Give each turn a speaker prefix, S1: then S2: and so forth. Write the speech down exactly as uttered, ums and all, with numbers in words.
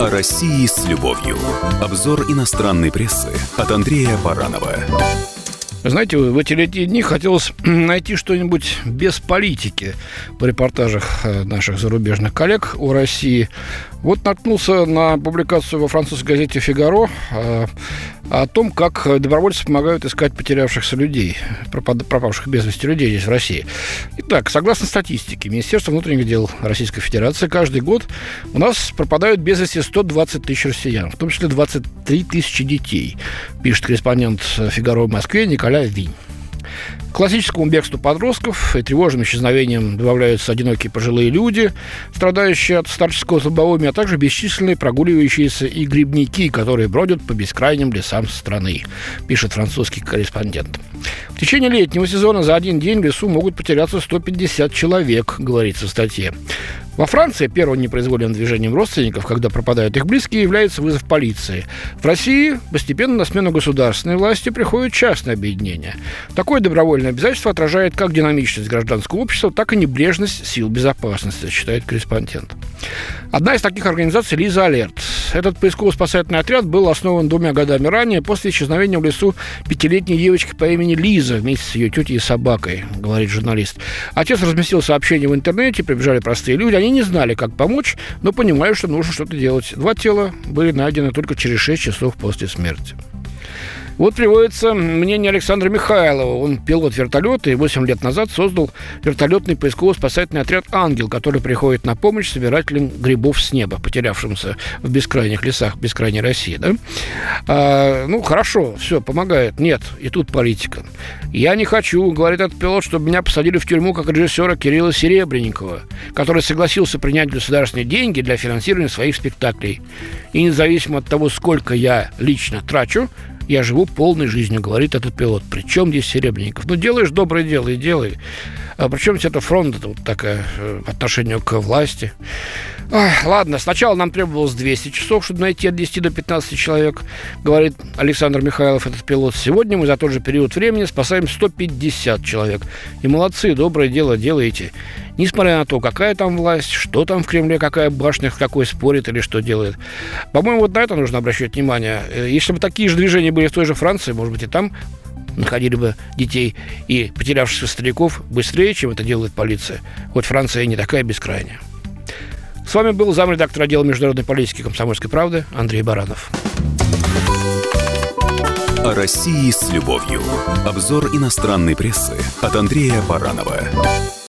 S1: О России с любовью. Обзор иностранной прессы от Андрея Баранова.
S2: Знаете, в эти летние дни хотелось найти что-нибудь без политики в репортажах наших зарубежных коллег о России. Вот наткнулся на публикацию во французской газете «Фигаро» о том, как добровольцы помогают искать потерявшихся людей, пропавших без вести людей здесь, в России. Итак, согласно статистике Министерства внутренних дел Российской Федерации, каждый год у нас пропадают без вести сто двадцать тысяч россиян, в том числе двадцать три тысячи детей, пишет корреспондент «Фигаро» в Москве Николя Винь. К классическому бегству подростков и тревожным исчезновениям добавляются одинокие пожилые люди, страдающие от старческого слабоумия, а также бесчисленные прогуливающиеся и грибники, которые бродят по бескрайним лесам страны, пишет французский корреспондент. В течение летнего сезона за один день в лесу могут потеряться сто пятьдесят человек, говорится в статье. Во Франции первым непроизвольным движением родственников, когда пропадают их близкие, является вызов полиции. В России постепенно на смену государственной власти приходит частное объединение. Такое добровольное обязательство отражает как динамичность гражданского общества, так и небрежность сил безопасности, считает корреспондент. Одна из таких организаций – Лиза Алерт. Этот поисково-спасательный отряд был основан двумя годами ранее после исчезновения в лесу пятилетней девочки по имени Лиза вместе с ее тетей и собакой, говорит журналист. Отец разместил сообщение в интернете, прибежали простые люди. Они не знали, как помочь, но понимали, что нужно что-то делать. Два тела были найдены только через шесть часов после смерти. Вот приводится мнение Александра Михайлова. Он пилот вертолета и восемь лет назад создал вертолетный поисково-спасательный отряд «Ангел», который приходит на помощь собирателям грибов с неба, потерявшимся в бескрайних лесах бескрайней России. Да? А, ну, хорошо, все, помогает. Нет, и тут политика. «Я не хочу, — говорит этот пилот, — чтобы меня посадили в тюрьму как режиссера Кирилла Серебренникова, который согласился принять государственные деньги для финансирования своих спектаклей. И независимо от того, сколько я лично трачу, я живу полной жизнью, — говорит этот пилот. Причем здесь Серебренников? Ну, делаешь доброе дело и делай. А причем это фронт, это вот такая по отношению к власти. Ах, ладно, сначала нам требовалось двести часов, чтобы найти от десяти до пятнадцати человек, говорит Александр Михайлов, этот пилот. Сегодня мы за тот же период времени спасаем сто пятьдесят человек. И молодцы, доброе дело делаете. Несмотря на то, какая там власть, что там в Кремле, какая башня, какой спорит или что делает. По-моему, вот на это нужно обращать внимание. Если бы такие же движения были в той же Франции, может быть, и там находили бы детей и потерявшихся стариков быстрее, чем это делает полиция. Хоть Франция и не такая бескрайняя. С вами был замредактор отдела международной политики «Комсомольской правды» Андрей Баранов.
S1: О России с любовью. Обзор иностранной прессы от Андрея Баранова.